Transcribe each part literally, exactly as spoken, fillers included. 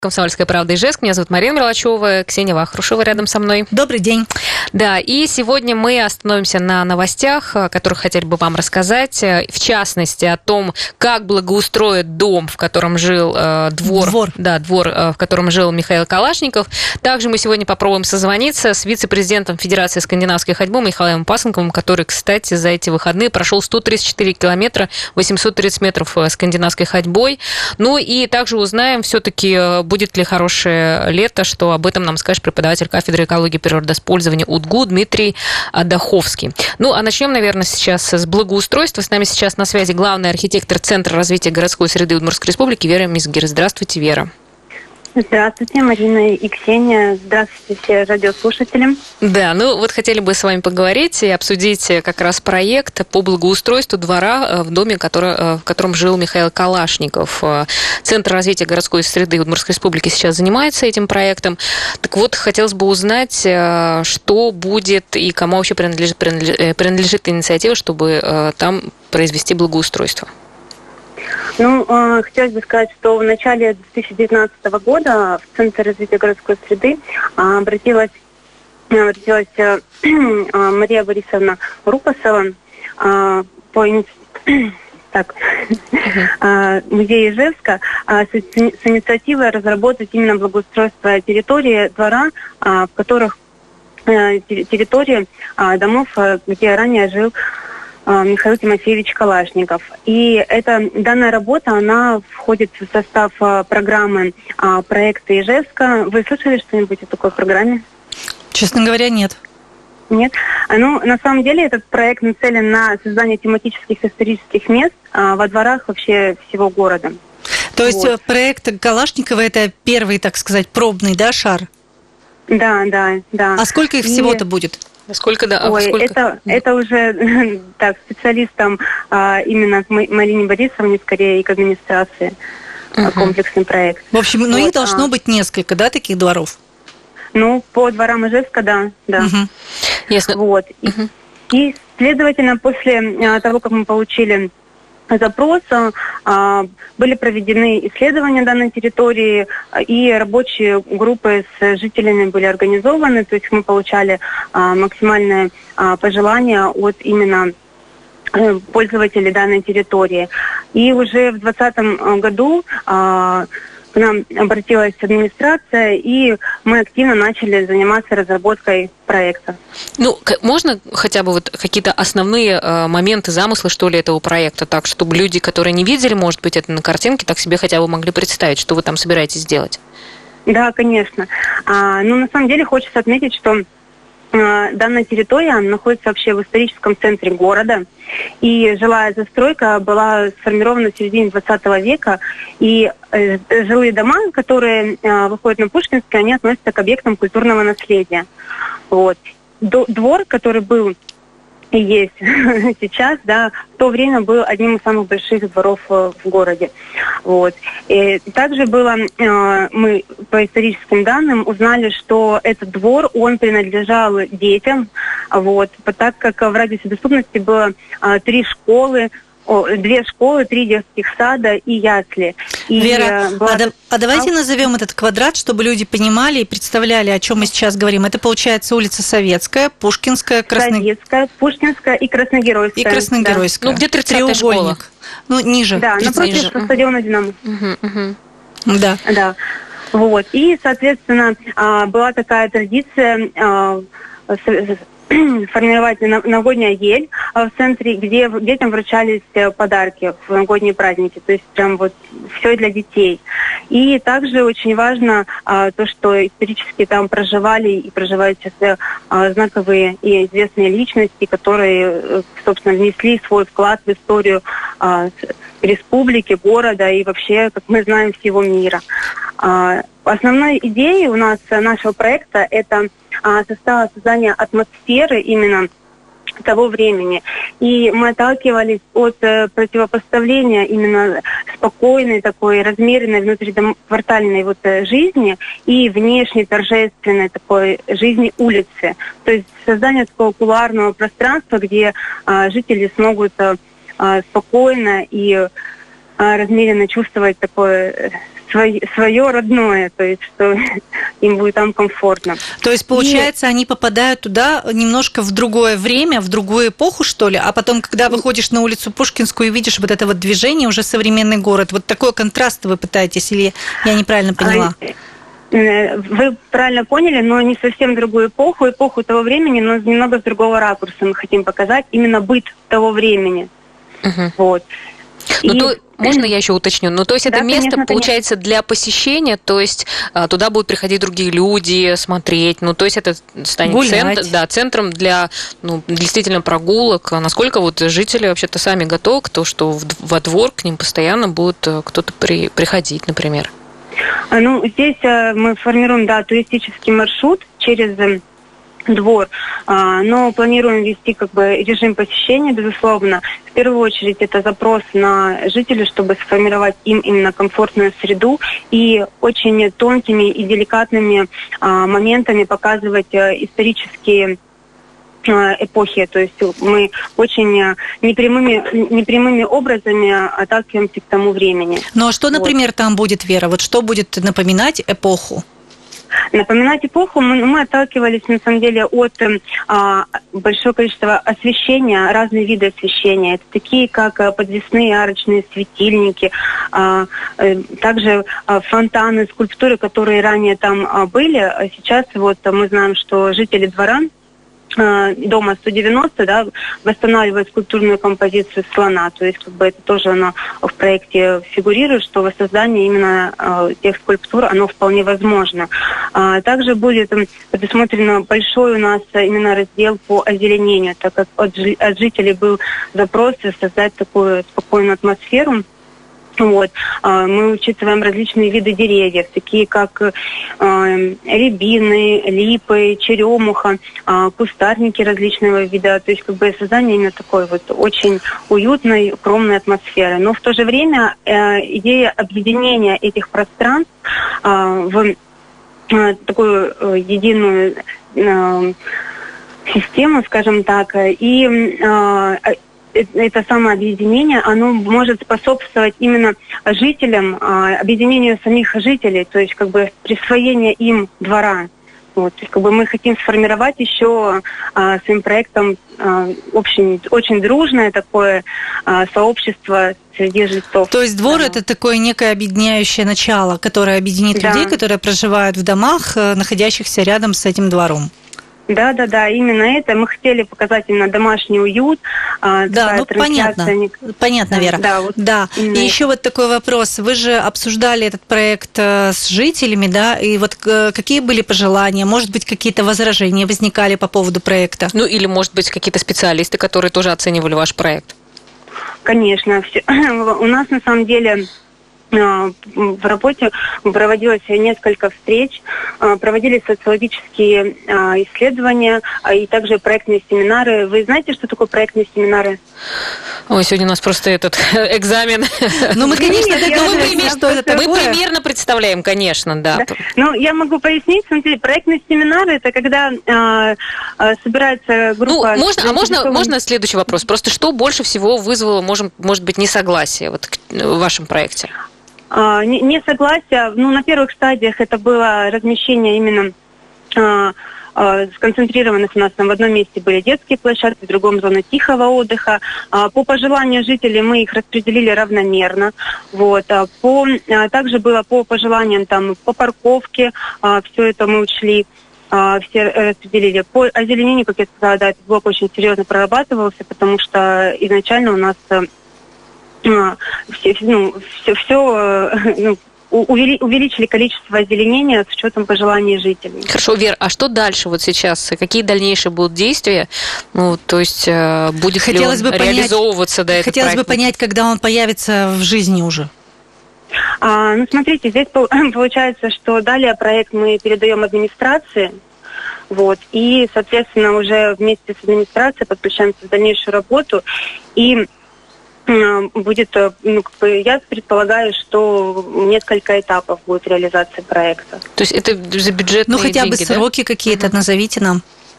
«Комсомольская правда» Ижевск. Меня зовут Марина Мерлачева, Ксения Вахрушева рядом со мной. Добрый день. Да, и сегодня мы остановимся на новостях, о которых хотели бы вам рассказать. В частности, о том, как благоустроит дом, в котором жил э, двор, двор. Да, двор, э, в котором жил Михаил Калашников. Также мы сегодня попробуем созвониться с вице-президентом Федерации скандинавской ходьбы Михаилом Пасынковым, который, кстати, за эти выходные прошел сто тридцать четыре километра, восемьсот тридцать метров скандинавской ходьбой. Ну и также узнаем, все-таки будет ли хорошее лето, что об этом нам скажет преподаватель кафедры экологии и природоиспользования УДГУ Дмитрий Даховский. Ну, а начнем, наверное, сейчас с благоустройства. С нами сейчас на связи главный архитектор Центра развития городской среды Удмуртской республики Вера Мизгир. Здравствуйте, Вера. Здравствуйте, Марина и Ксения. Здравствуйте, все радиослушатели. Да, ну вот хотели бы с вами поговорить и обсудить как раз проект по благоустройству двора в доме, который, в котором жил Михаил Калашников. Центр развития городской среды Удмуртской республики сейчас занимается этим проектом. Так вот, хотелось бы узнать, что будет и кому вообще принадлежит, принадлежит инициатива, чтобы там произвести благоустройство. Ну, э, хотелось бы сказать, что в начале две тысячи девятнадцатого года в Центр развития городской среды э, обратилась, обратилась э, э, Мария Борисовна Рупасова э, по инициативе так, uh-huh. музея Ижевска э, с, с инициативой разработать именно благоустройство территории двора, э, в которых э, территории э, домов, э, где ранее жил Михаил Тимофеевич Калашников. И эта, данная работа, она входит в состав а, программы а, проекта Ижевска. Вы слышали что-нибудь о такой программе? Честно говоря, нет. Нет? Ну, на самом деле, этот проект нацелен на создание тематических исторических мест а, во дворах вообще всего города. То есть вот. Проект Калашникова – это первый, так сказать, пробный, да, шар? Да, да, да. А сколько их И... всего-то будет? Сколько, да, Ой, сколько? Это, это уже так, специалистам а, именно к Марине Борисовне, скорее, и к администрации uh-huh. комплексный проект. В общем, ну вот, их должно а... быть несколько, да, таких дворов? Ну, по дворам Ижевска, да, да. Uh-huh. Ясно. Вот. Uh-huh. И, и, следовательно, после а, того, как мы получили запроса, а, были проведены исследования данной территории, и рабочие группы с жителями были организованы, то есть мы получали а, максимальное а, пожелания от именно а, пользователей данной территории. И уже в двадцатом году а, к нам обратилась администрация, и мы активно начали заниматься разработкой проекта. Ну, можно хотя бы вот какие-то основные э, моменты, замыслы, что ли, этого проекта, так, чтобы люди, которые не видели, может быть, это на картинке, так себе хотя бы могли представить, что вы там собираетесь делать? Да, конечно. А, ну, на самом деле, хочется отметить, что данная территория она находится вообще в историческом центре города, и жилая застройка была сформирована в середине двадцатого века, и э, жилые дома, которые э, выходят на Пушкинский, они относятся к объектам культурного наследия. Вот. До, двор, который был и есть сейчас, да, в то время был одним из самых больших дворов в городе. Вот. И также было, э, мы по историческим данным узнали, что этот двор, он принадлежал детям, вот, так как в радиусе доступности было э, три школы, О, две школы, три детских сада и ясли. И Вера, была... а, да, а давайте назовем этот квадрат, чтобы люди понимали и представляли, о чем мы сейчас говорим. Это получается улица Советская, Пушкинская, Красно... Советская, Пушкинская и Красногеройская. И Красногеройская. Да. Ну, где тридцатая школа? Ну, ниже. Да, напротив ниже. стадиона «Динамо». Угу, угу. Да. Да. Вот. И, соответственно, была такая традиция формировать новогодняя ель в центре, где детям вручались подарки в новогодние праздники. То есть прям вот все для детей. И также очень важно а, то, что исторически там проживали и проживают сейчас а, знаковые и известные личности, которые, собственно, внесли свой вклад в историю а, республики, города и вообще, как мы знаем, всего мира. А, основной идеей у нас нашего проекта это а, состав создания атмосферы именно того времени. И мы отталкивались от э, противопоставления именно спокойной, такой размеренной внутриквартальной вот, э, жизни и внешней торжественной такой жизни улицы. То есть создание такого кулуарного пространства, где э, жители смогут э, спокойно и э, размеренно чувствовать такое свое, свое родное, то есть что им будет там комфортно. То есть, получается, и... они попадают туда немножко в другое время, в другую эпоху, что ли, а потом, когда выходишь на улицу Пушкинскую и видишь вот это вот движение, уже современный город, вот такой контраст вы пытаетесь, или я неправильно поняла? Вы правильно поняли, но не совсем другую эпоху, эпоху того времени, но немного с другого ракурса мы хотим показать именно быт того времени. Угу. Вот. Ну, и... то, можно я еще уточню? Ну, то есть это да, место, конечно, получается, конечно. Для посещения, то есть туда будут приходить другие люди, смотреть, ну, то есть это станет центр, да, центром для, ну, действительно прогулок. Насколько вот жители вообще-то сами готовы к тому, что во двор к ним постоянно будет кто-то при, приходить, например? Ну, здесь мы формируем, да, туристический маршрут через двор, но планируем вести как бы режим посещения, безусловно. В первую очередь это запрос на жителей, чтобы сформировать им именно комфортную среду и очень тонкими и деликатными моментами показывать исторические эпохи, то есть мы очень непрямыми, непрямыми образами отталкиваемся к тому времени. Ну а что, например, вот. Там будет, Вера? Вот что будет напоминать эпоху? Напоминать эпоху мы, мы отталкивались, на самом деле, от а, большого количества освещения, разные виды освещения. Это такие, как подвесные арочные светильники, а, а, также а, фонтаны, скульптуры, которые ранее там а, были. А сейчас вот мы знаем, что жители двора дома сто девяносто, да, восстанавливает скульптурную композицию слона. То есть, как бы это тоже оно в проекте фигурирует, что воссоздание именно э, тех скульптур, оно вполне возможно. А, также будет предусмотрено большой у нас именно раздел по озеленению, так как от, от жителей был запрос создать такую спокойную атмосферу. Вот. Мы учитываем различные виды деревьев, такие как э, рябины, липы, черемуха, э, кустарники различного вида. То есть как бы создание именно такой вот очень уютной, укромной атмосферы. Но в то же время э, идея объединения этих пространств э, в э, такую э, единую э, систему, скажем так, и э, это самое объединение, оно может способствовать именно жителям, объединению самих жителей, то есть как бы присвоение им двора. Вот, то есть, как бы мы хотим сформировать еще а, своим проектом а, очень, очень дружное такое а, сообщество среди жильцов. То есть двор да. Это такое некое объединяющее начало, которое объединит да. людей, которые проживают в домах, находящихся рядом с этим двором. Да, да, да, именно это. Мы хотели показать именно домашний уют. Да, ну понятно, понятно, Вера. Да, вот да. И это. Еще вот такой вопрос. Вы же обсуждали этот проект с жителями, да, и вот какие были пожелания? Может быть, какие-то возражения возникали по поводу проекта? Ну, или, может быть, какие-то специалисты, которые тоже оценивали ваш проект? Конечно. Все. У нас, на самом деле... В работе проводилось несколько встреч, проводились социологические исследования и также проектные семинары. Вы знаете, что такое проектные семинары? Ой, сегодня у нас просто этот экзамен. Ну, мы, конечно, договорились, что это такое. Мы примерно представляем, конечно, да. Ну, я могу пояснить. Смотрите, проектные семинары – это когда собирается группа... Ну, можно, а можно, можно следующий вопрос? Просто что больше всего вызвало, может, может быть, несогласие вот в вашем проекте? Несогласие, ну, на первых стадиях это было размещение именно а, а, сконцентрированных у нас там в одном месте были детские площадки, в другом зона тихого отдыха. А, по пожеланию жителей мы их распределили равномерно. Вот. А, по, а, также было по пожеланиям там по парковке, а, все это мы учли. Все распределили. По озеленению, как я сказала, да, этот блок очень серьезно прорабатывался, потому что изначально у нас все, ну, все, все ну, увеличили количество озеленения с учетом пожеланий жителей. Хорошо, Вер, а что дальше вот сейчас? Какие дальнейшие будут действия? Ну, то есть будет хотелось ли он бы реализовываться до этого? Хотелось бы понять, когда он появится в жизни уже. А, ну, смотрите, здесь получается, что далее проект мы передаем администрации, вот, и, соответственно, уже вместе с администрацией подключаемся в дальнейшую работу, и будет, ну, как бы, я предполагаю, что несколько этапов будет реализация проекта. То есть это за бюджетные Ну, хотя деньги, бы сроки да? какие-то Uh-huh. назовите нам.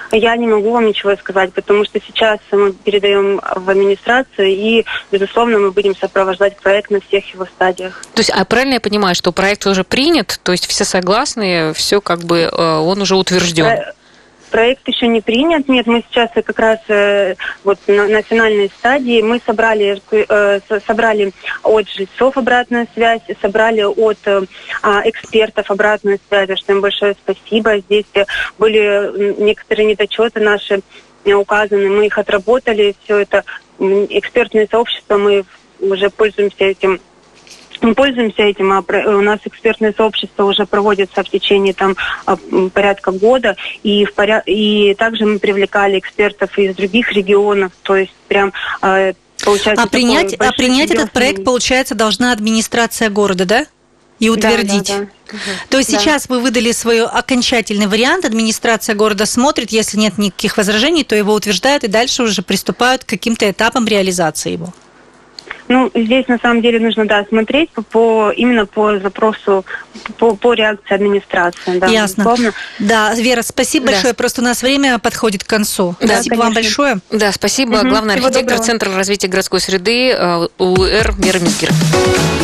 я не могу вам ничего сказать, потому что сейчас мы передаем в администрацию, и, безусловно, мы будем сопровождать проект на всех его стадиях. То есть, а правильно я понимаю, что проект уже принят, то есть все согласны, все как бы он уже утвержден? Про... Проект еще не принят. Нет, мы сейчас как раз э, вот на, на финальной стадии. Мы собрали, э, собрали от жильцов обратную связь, собрали от э, экспертов обратную связь, за что им большое спасибо. Здесь были некоторые недочеты наши указаны, мы их отработали. Все это экспертное сообщество, мы уже пользуемся этим. Мы пользуемся этим, а у нас экспертное сообщество уже проводится в течение там порядка года, и, в поряд... и также мы привлекали экспертов из других регионов, то есть прям получается... А принять, а принять этот проект, получается, должна администрация города, да? И утвердить. Да, да, да. То есть да. Сейчас вы выдали свой окончательный вариант, администрация города смотрит, если нет никаких возражений, то его утверждают и дальше уже приступают к каким-то этапам реализации его. Ну, здесь на самом деле нужно, да, смотреть по, по именно по запросу, по, по реакции администрации. Да, ясно. Безусловно. Да, Вера, спасибо да. большое. Просто у нас время подходит к концу. Да, спасибо конечно. Вам большое. Да, спасибо. Угу. Главный архитектор Центра развития городской среды УР Вера Мизгир.